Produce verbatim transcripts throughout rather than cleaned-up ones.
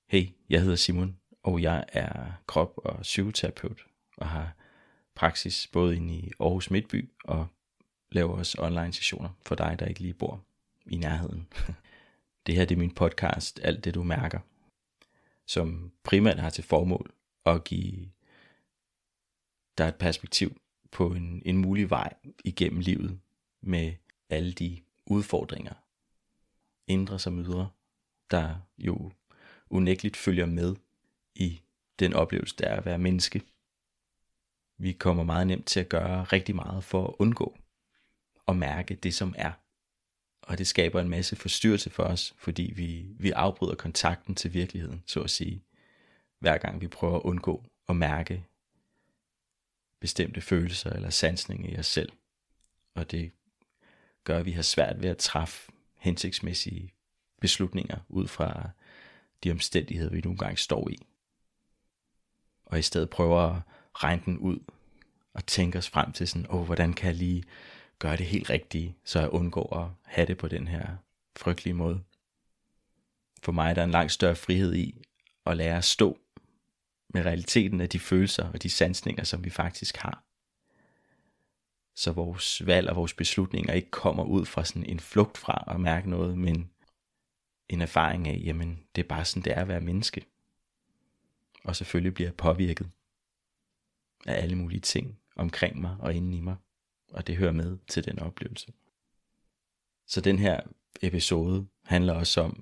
Hey, jeg hedder Simon, og jeg er krop- og psykoterapeut og har praksis både inde i Aarhus Midtby og laver også online sessioner for dig, der ikke lige bor i nærheden. Det her det er min podcast, Alt det du mærker, som primært har til formål at give dig et perspektiv på en, en mulig vej igennem livet med alle de udfordringer, indre som ydre, der jo unægteligt følger med i den oplevelse, der er at være menneske. Vi kommer meget nemt til at gøre rigtig meget for at undgå at mærke det, som er. Og det skaber en masse forstyrrelse for os, fordi vi, vi afbryder kontakten til virkeligheden, så at sige, hver gang vi prøver at undgå at mærke bestemte følelser eller sansninger i os selv. Og det gør, at vi har svært ved at træffe hensigtsmæssige beslutninger ud fra de omstændigheder, vi nogle gange står i. Og i stedet prøver at regne den ud og tænke os frem til sådan, åh, hvordan kan jeg lige gøre det helt rigtige, så jeg undgår at have det på den her frygtelige måde. For mig er der en langt større frihed i at lære at stå med realiteten af de følelser og de sansninger, som vi faktisk har. Så vores valg og vores beslutninger ikke kommer ud fra sådan en flugt fra at mærke noget, men en erfaring af, jamen det er bare sådan, det er at være menneske. Og selvfølgelig bliver jeg påvirket af alle mulige ting omkring mig og inden i mig. Og det hører med til den oplevelse. Så den her episode handler også om,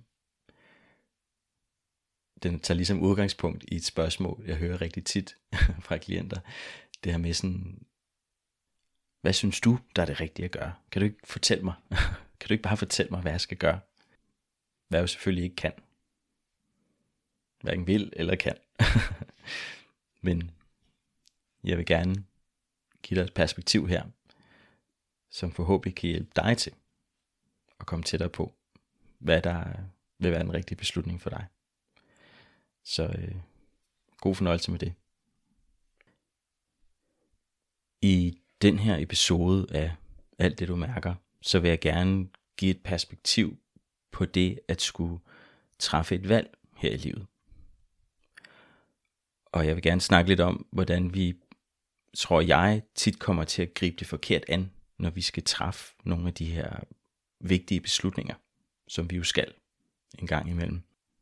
den tager ligesom udgangspunkt i et spørgsmål, jeg hører rigtig tit fra klienter. Det her med sådan, hvad synes du, der er det rigtige at gøre? Kan du ikke fortælle mig? Kan du ikke bare fortælle mig, hvad jeg skal gøre? Hvad jeg jo selvfølgelig ikke kan. Hverken vil eller kan. Men jeg vil gerne give dig et perspektiv her, som forhåbentlig kan hjælpe dig til at komme tættere på, hvad der vil være en rigtig beslutning for dig. Så øh, god fornøjelse med det. I den her episode af Alt det du mærker, så vil jeg gerne give et perspektiv på det at skulle træffe et valg her i livet. Og jeg vil gerne snakke lidt om, hvordan vi, tror jeg, tit kommer til at gribe det forkert an, når vi skal træffe nogle af de her vigtige beslutninger, som vi jo skal en gang imellem.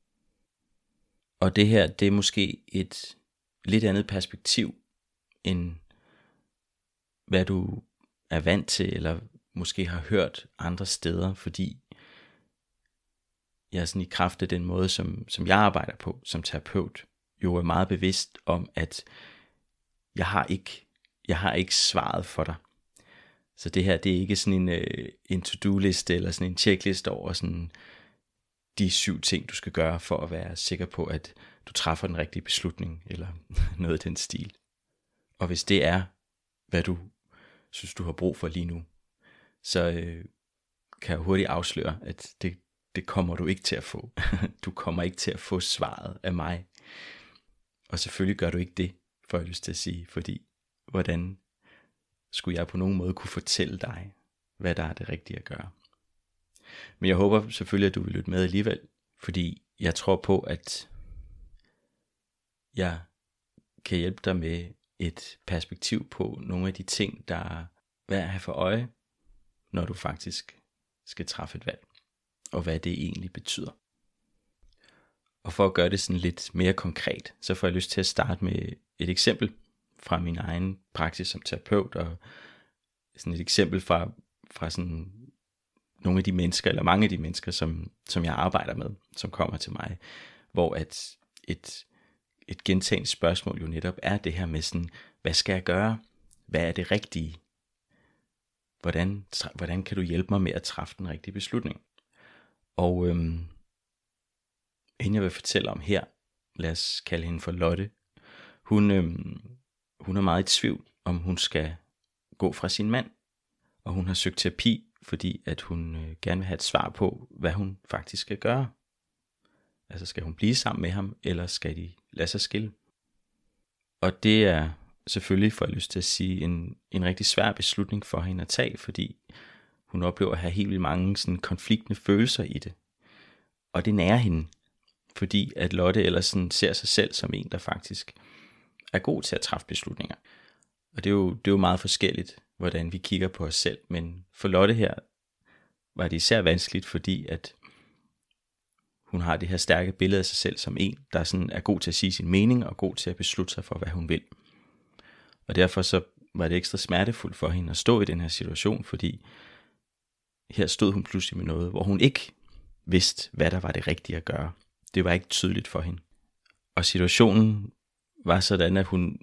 Og det her, det er måske et lidt andet perspektiv, end hvad du er vant til, eller måske har hørt andre steder, fordi jeg er sådan i kraft af den måde, som, som jeg arbejder på som terapeut, jo er meget bevidst om, at jeg har ikke, jeg har ikke svaret for dig. Så det her, det er ikke sådan en, øh, en to-do-liste, eller sådan en checkliste over sådan de syv ting, du skal gøre, for at være sikker på, at du træffer den rigtige beslutning, eller noget af den stil. Og hvis det er, hvad du synes, du har brug for lige nu, så øh, kan jeg hurtigt afsløre, at det, det kommer du ikke til at få. Du kommer ikke til at få svaret af mig. Og selvfølgelig gør du ikke det, får jeg lyst til at sige, fordi hvordan skulle jeg på nogen måde kunne fortælle dig, hvad der er det rigtige at gøre. Men jeg håber selvfølgelig, at du vil lytte med alligevel, fordi jeg tror på, at jeg kan hjælpe dig med et perspektiv på nogle af de ting, der er værd at have for øje, når du faktisk skal træffe et valg, og hvad det egentlig betyder. Og for at gøre det sådan lidt mere konkret, så får jeg lyst til at starte med et eksempel fra min egen praksis som terapeut, og sådan et eksempel fra, fra sådan nogle af de mennesker, eller mange af de mennesker, som, som jeg arbejder med, som kommer til mig, hvor at et, et gentagende spørgsmål jo netop er det her med sådan, hvad skal jeg gøre? Hvad er det rigtige? Hvordan, hvordan kan du hjælpe mig med at træffe den rigtige beslutning? Og øhm, hende jeg vil fortælle om her, lad os kalde hende for Lotte, hun, øhm, hun er meget i tvivl, om hun skal gå fra sin mand, og hun har søgt terapi, fordi at hun øh, gerne vil have et svar på, hvad hun faktisk skal gøre. Altså skal hun blive sammen med ham, eller skal de lade sig skille? Og det er selvfølgelig, får jeg lyst til at sige, en, en rigtig svær beslutning for hende at tage, fordi hun oplever at have helt vildt mange sådan konfliktende følelser i det. Og det nærer hende, fordi at Lotte ellers sådan ser sig selv som en, der faktisk er god til at træffe beslutninger. Og det er jo, det er jo meget forskelligt, hvordan vi kigger på os selv. Men for Lotte her var det især vanskeligt, fordi at hun har det her stærke billede af sig selv som en, der sådan er god til at sige sin mening og god til at beslutte sig for, hvad hun vil. Og derfor så var det ekstra smertefuldt for hende at stå i den her situation, fordi her stod hun pludselig med noget, hvor hun ikke vidste, hvad der var det rigtige at gøre. Det var ikke tydeligt for hende. Og situationen var sådan, at hun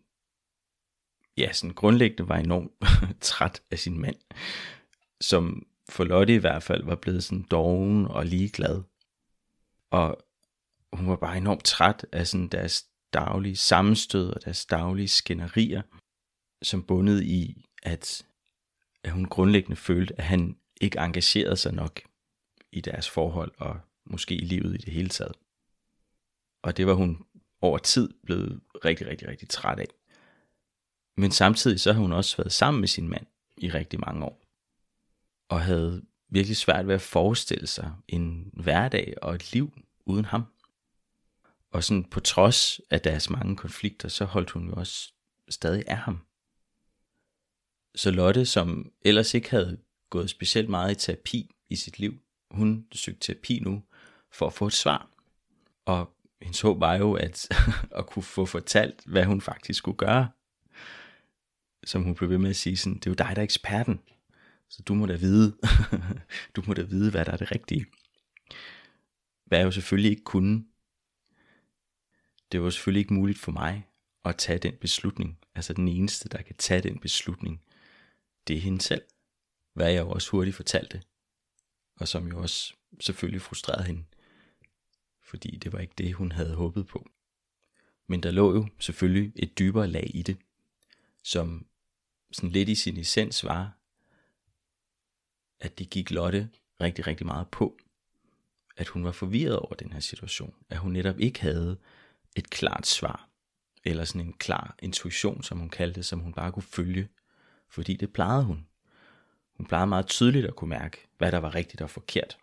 ja, sådan grundlæggende var enormt træt af sin mand, som for Lotte i hvert fald var blevet sådan doven og ligeglad. Og hun var bare enormt træt af sådan deres daglige sammenstød og deres daglige skænderier, som bundet i, at, at hun grundlæggende følte, at han ikke engagerede sig nok i deres forhold og måske i livet i det hele taget. Og det var hun over tid blevet rigtig, rigtig, rigtig træt af. Men samtidig så har hun også været sammen med sin mand i rigtig mange år. Og havde virkelig svært ved at forestille sig en hverdag og et liv uden ham. Og sådan på trods af deres mange konflikter, så holdt hun jo også stadig af ham. Så Lotte, som ellers ikke havde gået specielt meget i terapi i sit liv, hun søgte terapi nu for at få et svar. Og hendes håb var jo at, at kunne få fortalt, hvad hun faktisk skulle gøre. Som hun blev ved med at sige, sådan, det er jo dig, der er eksperten. Så du må da vide, du må da vide, hvad der er det rigtige. Hvad jeg jo selvfølgelig ikke kunne. Det var selvfølgelig ikke muligt for mig at tage den beslutning. Altså den eneste, der kan tage den beslutning, det er hende selv. Hvad jeg jo også hurtigt fortalte. Og som jo også selvfølgelig frustrerede hende. Fordi det var ikke det, hun havde håbet på. Men der lå jo selvfølgelig et dybere lag i det, som sådan lidt i sin essens var, at det gik Lotte rigtig, rigtig meget på, at hun var forvirret over den her situation, at hun netop ikke havde et klart svar, eller sådan en klar intuition, som hun kaldte det, som hun bare kunne følge, fordi det plejede hun. Hun plejede meget tydeligt at kunne mærke, hvad der var rigtigt og forkert.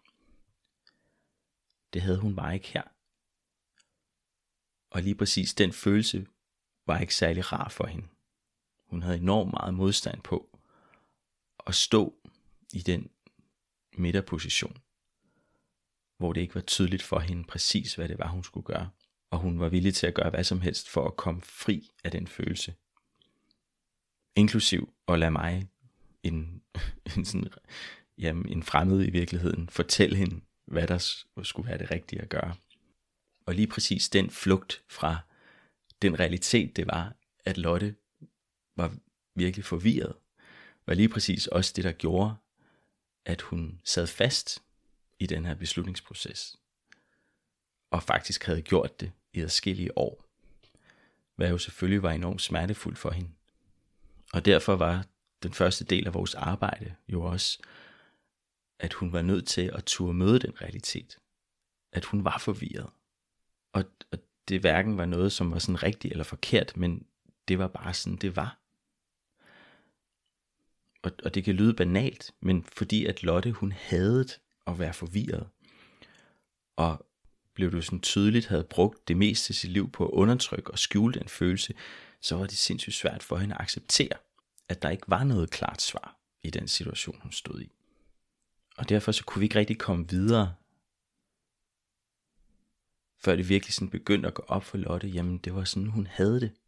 Det havde hun bare ikke her. Og lige præcis den følelse var ikke særlig rar for hende. Hun havde enormt meget modstand på at stå i den midterposition, hvor det ikke var tydeligt for hende præcis, hvad det var, hun skulle gøre. Og hun var villig til at gøre hvad som helst for at komme fri af den følelse. Inklusiv at lade mig, en, en, sådan, jamen, en fremmed i virkeligheden, fortælle hende, hvad der skulle være det rigtige at gøre. Og lige præcis den flugt fra den realitet, det var, at Lotte var virkelig forvirret, var lige præcis også det, der gjorde, at hun sad fast i den her beslutningsproces, og faktisk havde gjort det i adskillige år, hvad jo selvfølgelig var enormt smertefuldt for hende. Og derfor var den første del af vores arbejde jo også, at hun var nødt til at turde møde den realitet, at hun var forvirret. Og, og det hverken var noget, som var sådan rigtigt eller forkert, men det var bare sådan, det var. Og, og det kan lyde banalt, men fordi at Lotte, hun hadede at være forvirret, og blev det sådan tydeligt, havde brugt det meste af sit liv på at undertrykke og skjule den følelse, så var det sindssygt svært for hende at acceptere, at der ikke var noget klart svar i den situation, hun stod i. Og derfor så kunne vi ikke rigtig komme videre, før det virkelig sådan begyndte at gå op for Lotte, jamen det var sådan, hun havde det.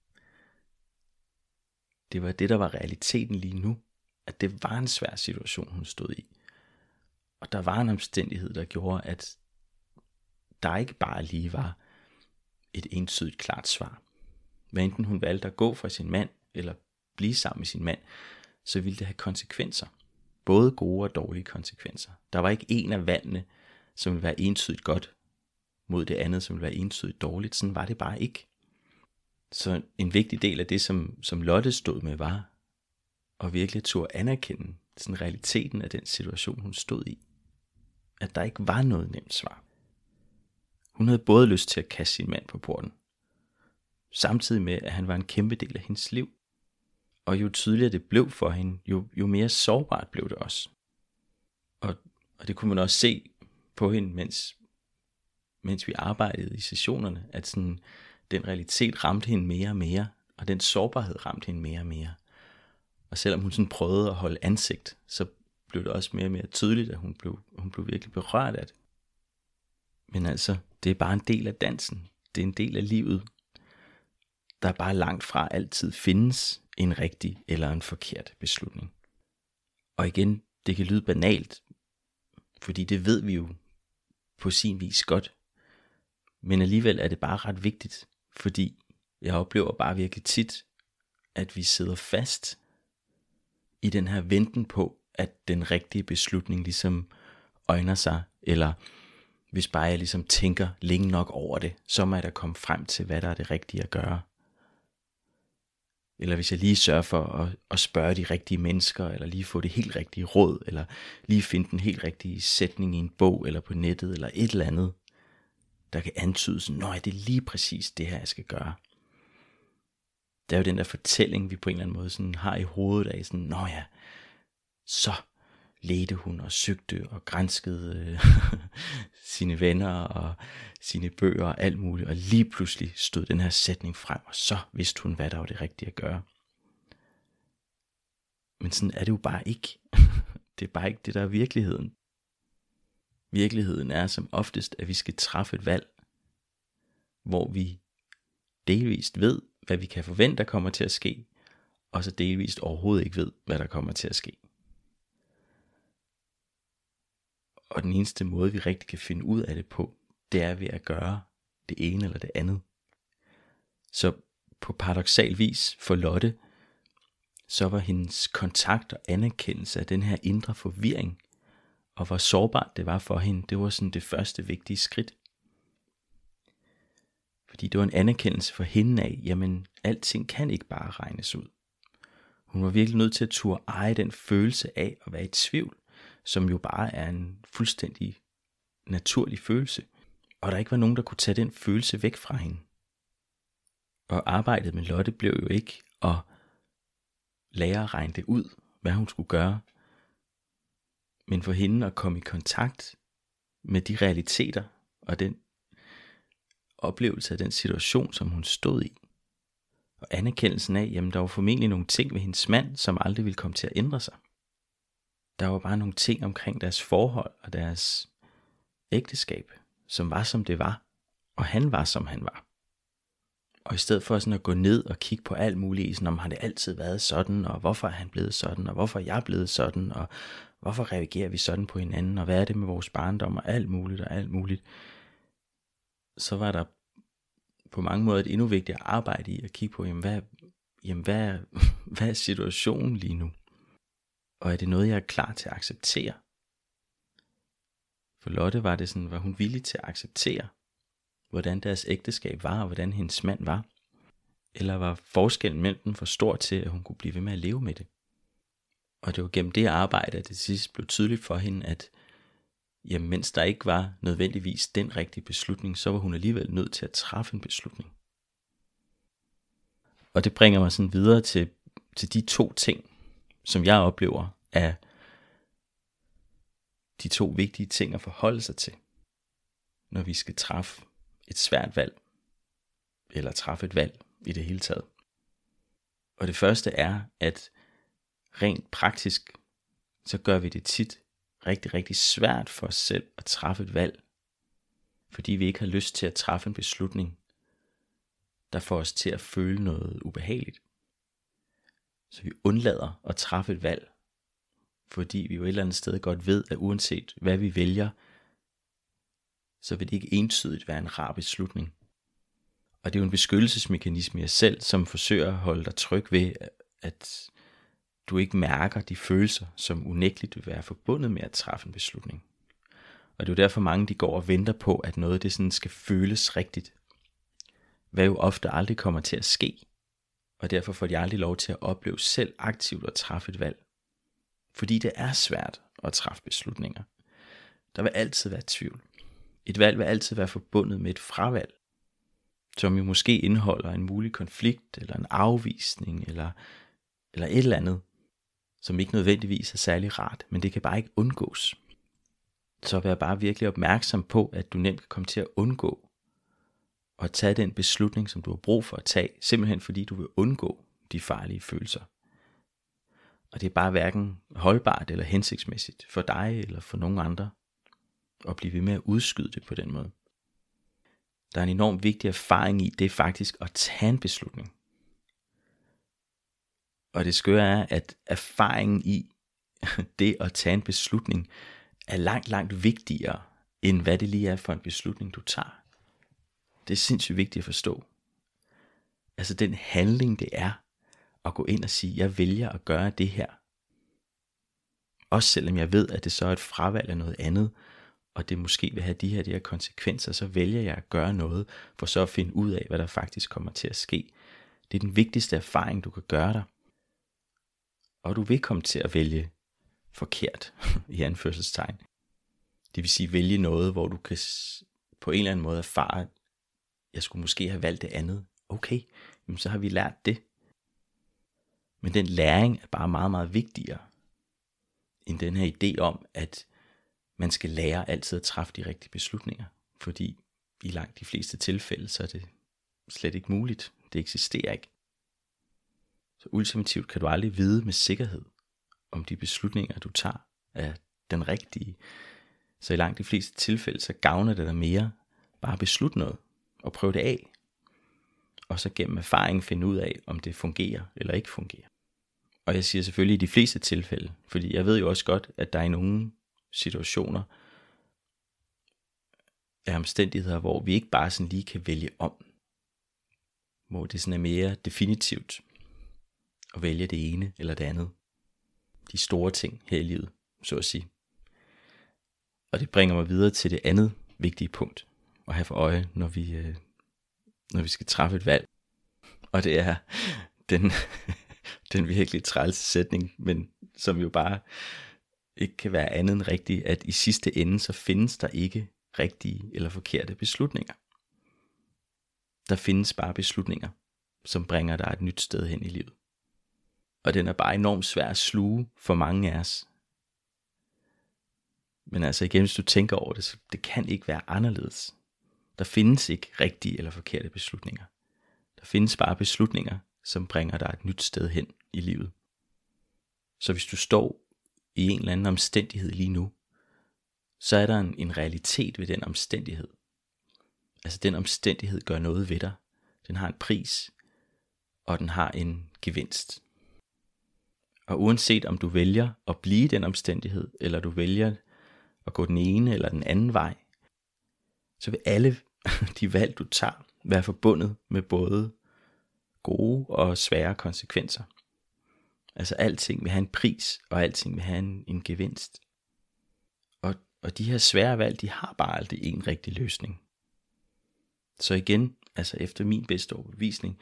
Det var det, der var realiteten lige nu, at det var en svær situation, hun stod i. Og der var en omstændighed, der gjorde, at der ikke bare lige var et entydigt klart svar. Hvad enten hun valgte at gå fra sin mand, eller blive sammen med sin mand, så ville det have konsekvenser. Både gode og dårlige konsekvenser. Der var ikke en af valgene, som ville være entydigt godt, mod det andet, som ville være entydigt dårligt. Sådan var det bare ikke. Så en vigtig del af det, som, som Lotte stod med, var at virkelig turde anerkende sådan realiteten af den situation, hun stod i. At der ikke var noget nemt svar. Hun havde både lyst til at kaste sin mand på porten, samtidig med, at han var en kæmpe del af hendes liv. Og jo tydeligere det blev for hende, jo, jo mere sårbart blev det også. Og, og det kunne man også se på hende, mens mens vi arbejdede i sessionerne, at sådan, den realitet ramte hende mere og mere, og den sårbarhed ramte hende mere og mere. Og selvom hun sådan prøvede at holde ansigt, så blev det også mere og mere tydeligt, at hun blev, hun blev virkelig berørt af det. Men altså, det er bare en del af dansen. Det er en del af livet. Der er bare langt fra altid findes en rigtig eller en forkert beslutning. Og igen, det kan lyde banalt, fordi det ved vi jo på sin vis godt. Men alligevel er det bare ret vigtigt, fordi jeg oplever bare virkelig tit, at vi sidder fast i den her venten på, at den rigtige beslutning ligesom øjner sig, eller hvis bare jeg ligesom tænker længe nok over det, så må jeg da komme frem til, hvad der er det rigtige at gøre. Eller hvis jeg lige sørger for at, at spørge de rigtige mennesker, eller lige få det helt rigtige råd, eller lige finde den helt rigtige sætning i en bog, eller på nettet, eller et eller andet, der kan antyde sådan, nej, det er lige præcis det her, jeg skal gøre. Det er jo den der fortælling, vi på en eller anden måde sådan har i hovedet af, sådan, nå ja, så ledte hun og søgte og granskede øh, sine venner og sine bøger og alt muligt, og lige pludselig stod den her sætning frem, og så vidste hun, hvad der var det rigtige at gøre. Men sådan er det jo bare ikke. Det er bare ikke det, der er virkeligheden. Virkeligheden er som oftest, at vi skal træffe et valg, hvor vi delvist ved, hvad vi kan forvente, der kommer til at ske, og så delvist overhovedet ikke ved, hvad der kommer til at ske. Og den eneste måde, vi rigtig kan finde ud af det på, det er ved at gøre det ene eller det andet. Så på paradoksal vis for Lotte, så var hendes kontakt og anerkendelse af den her indre forvirring, og hvor sårbart det var for hende, det var sådan det første vigtige skridt. Fordi det var en anerkendelse for hende af, jamen alting kan ikke bare regnes ud. Hun var virkelig nødt til at turde eje den følelse af at være i tvivl, som jo bare er en fuldstændig naturlig følelse. Og der ikke var nogen, der kunne tage den følelse væk fra hende. Og arbejdet med Lotte blev jo ikke at lære at regne det ud, hvad hun skulle gøre, men for hende at komme i kontakt med de realiteter og den oplevelse af den situation, som hun stod i. Og anerkendelsen af, jamen der var formentlig nogle ting ved hendes mand, som aldrig ville komme til at ændre sig. Der var bare nogle ting omkring deres forhold og deres ægteskab, som var som det var, og han var som han var. Og i stedet for sådan at gå ned og kigge på alt muligt, sådan om har det altid været sådan, og hvorfor er han blevet sådan, og hvorfor er jeg blevet sådan, og hvorfor reagerer vi sådan på hinanden, og hvad er det med vores barndom, og alt muligt og alt muligt. Så var der på mange måder et endnu vigtigere arbejde i at kigge på, jamen hvad, jamen hvad, er, hvad er situationen lige nu? Og er det noget, jeg er klar til at acceptere? For Lotte var det sådan, var hun villig til at acceptere, hvordan deres ægteskab var, og hvordan hendes mand var? Eller var forskellen mellem dem for stor til, at hun kunne blive ved med at leve med det? Og det var gennem det arbejde, at det til sidst blev tydeligt for hende, at jamen, mens der ikke var nødvendigvis den rigtige beslutning, så var hun alligevel nødt til at træffe en beslutning. Og det bringer mig sådan videre til, til de to ting, som jeg oplever er de to vigtige ting at forholde sig til, når vi skal træffe et svært valg, eller træffe et valg i det hele taget. Og det første er, at rent praktisk, så gør vi det tit rigtig, rigtig svært for os selv at træffe et valg, fordi vi ikke har lyst til at træffe en beslutning, der får os til at føle noget ubehageligt. Så vi undlader at træffe et valg, fordi vi jo et eller andet sted godt ved, at uanset hvad vi vælger, så vil det ikke entydigt være en rar beslutning. Og det er jo en beskyttelsesmekanisme i os selv, som forsøger at holde dig tryg ved, at du ikke mærker de følelser, som unægteligt vil være forbundet med at træffe en beslutning. Og det er jo derfor mange, de går og venter på, at noget det sådan skal føles rigtigt. Hvad jo ofte aldrig kommer til at ske. Og derfor får de aldrig lov til at opleve selv aktivt at træffe et valg. Fordi det er svært at træffe beslutninger. Der vil altid være tvivl. Et valg vil altid være forbundet med et fravalg, som jo måske indeholder en mulig konflikt, eller en afvisning, eller, eller et eller andet, som ikke nødvendigvis er særlig rart, men det kan bare ikke undgås. så vær bare virkelig opmærksom på, at du nemt kan komme til at undgå at tage den beslutning, som du har brug for at tage, simpelthen fordi du vil undgå de farlige følelser. Og det er bare hverken holdbart eller hensigtsmæssigt for dig eller for nogen andre at blive ved med at udskyde det på den måde. Der er en enormt vigtig erfaring i, det er faktisk at tage en beslutning. Og det skøre er, at erfaringen i det at tage en beslutning er langt, langt vigtigere, end hvad det lige er for en beslutning, du tager. Det er sindssygt vigtigt at forstå. Altså den handling, det er at gå ind og sige, jeg vælger at gøre det her. Også selvom jeg ved, at det så er et fravalg af noget andet, og det måske vil have de her, de her konsekvenser, så vælger jeg at gøre noget, for så at finde ud af, hvad der faktisk kommer til at ske. Det er den vigtigste erfaring, du kan gøre dig. Og du vil komme til at vælge forkert, i anførselstegn. Det vil sige vælge noget, hvor du kan på en eller anden måde erfare, at jeg skulle måske have valgt det andet. Okay, jamen så har vi lært det. Men den læring er bare meget, meget vigtigere, end den her idé om, at man skal lære altid at træffe de rigtige beslutninger. Fordi i langt de fleste tilfælde, så er det slet ikke muligt. Det eksisterer ikke. Så ultimativt kan du aldrig vide med sikkerhed, om de beslutninger, du tager, er den rigtige. Så i langt de fleste tilfælde, så gavner det dig mere bare at beslutte noget og prøve det af. Og så gennem erfaring finde ud af, om det fungerer eller ikke fungerer. Og jeg siger selvfølgelig i de fleste tilfælde, fordi jeg ved jo også godt, at der er i nogle situationer af omstændigheder, hvor vi ikke bare sådan lige kan vælge om. Hvor det sådan er mere definitivt at vælge det ene eller det andet. De store ting her i livet, så at sige. Og det bringer mig videre til det andet vigtige punkt at have for øje, når vi, øh, når vi skal træffe et valg. Og det er den, den virkelig trælse sætning, men som jo bare ikke kan være andet end rigtigt, at i sidste ende, så findes der ikke rigtige eller forkerte beslutninger. Der findes bare beslutninger, som bringer dig et nyt sted hen i livet. Og den er bare enormt svær at sluge for mange af os. Men altså igen, hvis du tænker over det, så det kan ikke være anderledes. Der findes ikke rigtige eller forkerte beslutninger. Der findes bare beslutninger, som bringer dig et nyt sted hen i livet. Så hvis du står i en eller anden omstændighed lige nu, så er der en, en realitet ved den omstændighed. Altså den omstændighed gør noget ved dig. Den har en pris, og den har en gevinst. Og uanset om du vælger at blive den omstændighed, eller du vælger at gå den ene eller den anden vej, så vil alle de valg du tager være forbundet med både gode og svære konsekvenser. Altså alting vil have en pris, og alting vil have en, en gevinst. Og, og de her svære valg, de har bare aldrig en rigtig løsning. Så igen, altså efter min bedste overbevisning,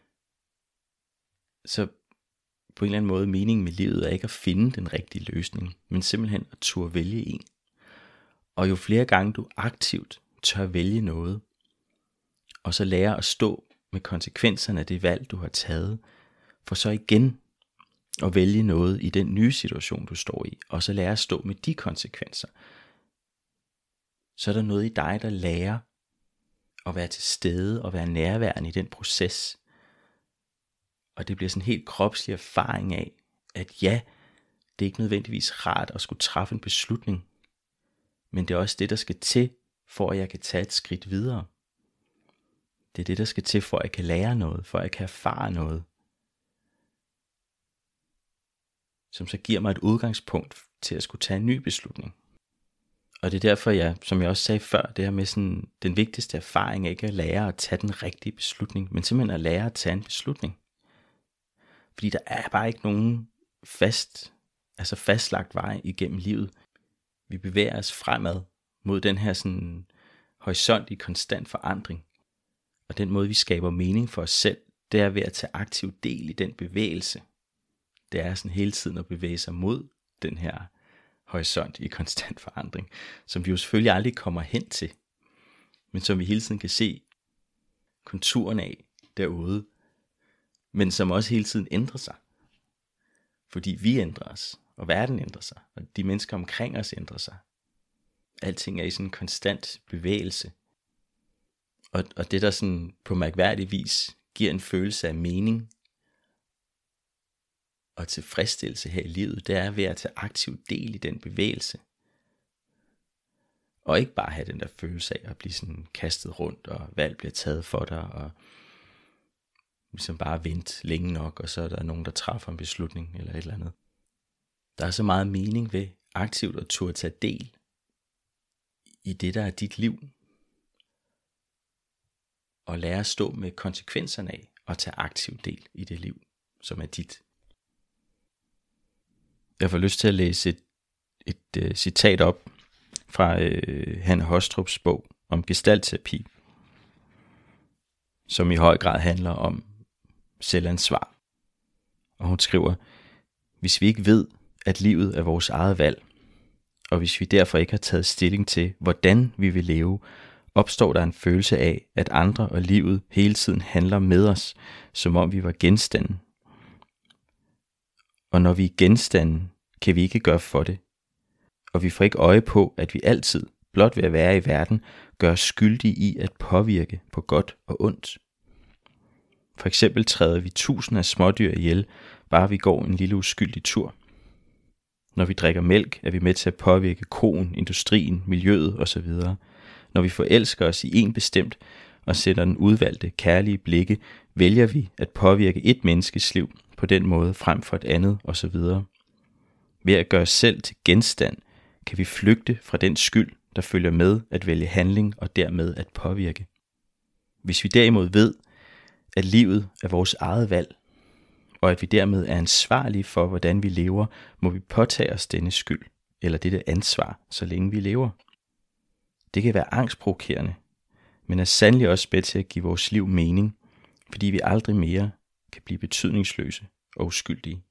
så på en eller anden måde meningen med livet er ikke at finde den rigtige løsning, men simpelthen at turde vælge en. Og jo flere gange du aktivt tør vælge noget, og så lære at stå med konsekvenserne af det valg du har taget, for så igen at vælge noget i den nye situation du står i, og så lære at stå med de konsekvenser, så er der noget i dig, der lærer at være til stede og være nærværende i den proces. Og det bliver sådan en helt kropslig erfaring af, at ja, det er ikke nødvendigvis rart at skulle træffe en beslutning, men det er også det, der skal til, for at jeg kan tage et skridt videre. Det er det, der skal til, for at jeg kan lære noget, for at jeg kan erfare noget, som så giver mig et udgangspunkt til at skulle tage en ny beslutning. Og det er derfor, jeg, som jeg også sagde før, det her med sådan, den vigtigste erfaring er ikke at lære at tage den rigtige beslutning, men simpelthen at lære at tage en beslutning. Fordi der er bare ikke nogen fast, altså fastlagt vej igennem livet. Vi bevæger os fremad mod den her sådan horisont i konstant forandring. Og den måde, vi skaber mening for os selv, det er ved at tage aktiv del i den bevægelse. Det er sådan hele tiden at bevæge sig mod den her horisont i konstant forandring, som vi jo selvfølgelig aldrig kommer hen til, men som vi hele tiden kan se konturen af derude, men som også hele tiden ændrer sig. Fordi vi ændrer os, og verden ændrer sig, og de mennesker omkring os ændrer sig. Alting er i sådan en konstant bevægelse. Og, og det der sådan på mærkværdig vis giver en følelse af mening og tilfredsstillelse her i livet, det er ved at tage aktiv del i den bevægelse. Og ikke bare have den der følelse af at blive sådan kastet rundt, og valg bliver taget for dig, og ligesom bare vente længe nok, og så er der nogen, der træffer en beslutning eller et eller andet. Der er så meget mening ved aktivt at turde tage del i det, der er dit liv, og lære at stå med konsekvenserne af at tage aktiv del i det liv, som er dit. Jeg får lyst til at læse et, et uh, citat op fra uh, Hanne Hostrups bog om gestaltterapi, som i høj grad handler om selvansvar. Og hun skriver: hvis vi ikke ved, at livet er vores eget valg, og hvis vi derfor ikke har taget stilling til, hvordan vi vil leve, opstår der en følelse af, at andre og livet hele tiden handler med os, som om vi var genstande. Og når vi er genstande, kan vi ikke gøre for det. Og vi får ikke øje på, at vi altid, blot ved at være i verden, gør os skyldige i at påvirke på godt og ondt. For eksempel træder vi tusinder af smådyr ihjel, bare vi går en lille uskyldig tur. Når vi drikker mælk, er vi med til at påvirke koen, industrien, miljøet osv. Når vi forelsker os i en bestemt og sætter den udvalgte kærlige blikke, vælger vi at påvirke et menneskes liv på den måde frem for et andet osv. Ved at gøre os selv til genstand, kan vi flygte fra den skyld, der følger med at vælge handling og dermed at påvirke. Hvis vi derimod ved, at livet er vores eget valg, og at vi dermed er ansvarlige for, hvordan vi lever, må vi påtage os denne skyld, eller dette ansvar, så længe vi lever. Det kan være angstprovokerende, men er sandelig også med til at give vores liv mening, fordi vi aldrig mere kan blive betydningsløse og uskyldige.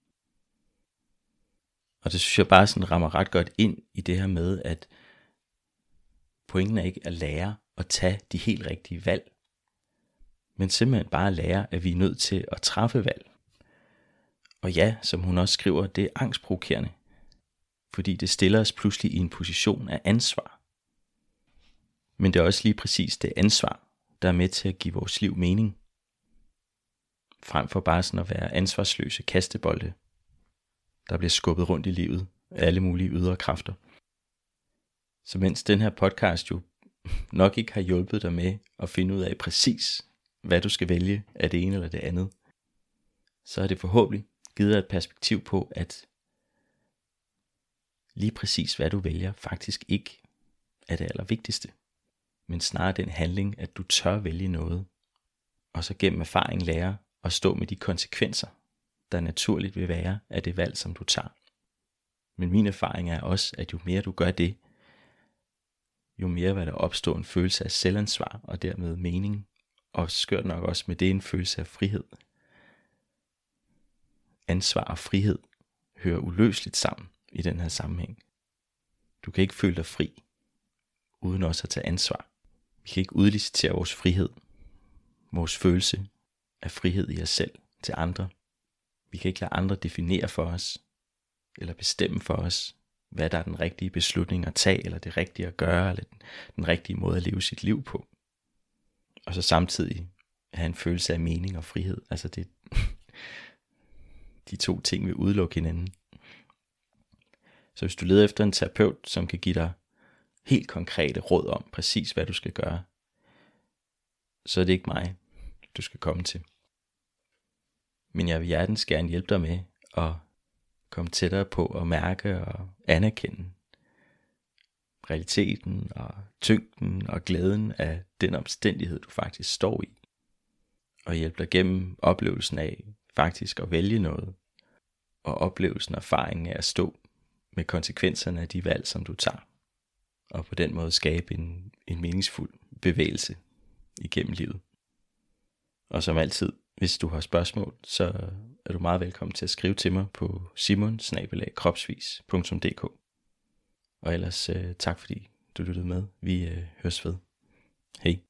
Og det synes jeg bare sådan rammer ret godt ind i det her med, at pointen er ikke at lære at tage de helt rigtige valg, men simpelthen bare at lære, at vi er nødt til at træffe valg. Og ja, som hun også skriver, det er angstprovokerende, fordi det stiller os pludselig i en position af ansvar. Men det er også lige præcis det ansvar, der er med til at give vores liv mening, frem for bare sådan at være ansvarsløse kastebolde, der bliver skubbet rundt i livet af alle mulige ydre kræfter. Så mens den her podcast jo nok ikke har hjulpet dig med at finde ud af præcis, hvad du skal vælge af det ene eller det andet, så har det forhåbentlig givet dig et perspektiv på, at lige præcis hvad du vælger faktisk ikke er det allervigtigste, men snarere den handling, at du tør vælge noget, og så gennem erfaring lære at stå med de konsekvenser, der naturligt vil være af det valg, som du tager. Men min erfaring er også, at jo mere du gør det, jo mere vil der opstå en følelse af selvansvar og dermed mening, og skørt nok også med det en følelse af frihed. Ansvar og frihed hører uløseligt sammen i den her sammenhæng. Du kan ikke føle dig fri, uden også at tage ansvar. Vi kan ikke udlicitere vores frihed, vores følelse af frihed i os selv til andre. Vi kan ikke lade andre definere for os, eller bestemme for os, hvad der er den rigtige beslutning at tage, eller det rigtige at gøre, eller den, den rigtige måde at leve sit liv på. Og så samtidig have en følelse af mening og frihed. Altså det, de to ting vil udelukke hinanden. Så hvis du leder efter en terapeut, som kan give dig helt konkrete råd om præcis hvad du skal gøre, så er det ikke mig, du skal komme til. Men jeg vil hjertens gerne hjælpe dig med at komme tættere på at mærke og anerkende realiteten og tyngden og glæden af den omstændighed, du faktisk står i. Og hjælpe dig gennem oplevelsen af faktisk at vælge noget, og oplevelsen og erfaringen af at stå med konsekvenserne af de valg, som du tager. Og på den måde skabe en, en meningsfuld bevægelse igennem livet. Og som altid, hvis du har spørgsmål, så er du meget velkommen til at skrive til mig på simon bindestreg kropsvis punktum d k. Og ellers øh, tak fordi du lyttede med. Vi øh, høres ved. Hej.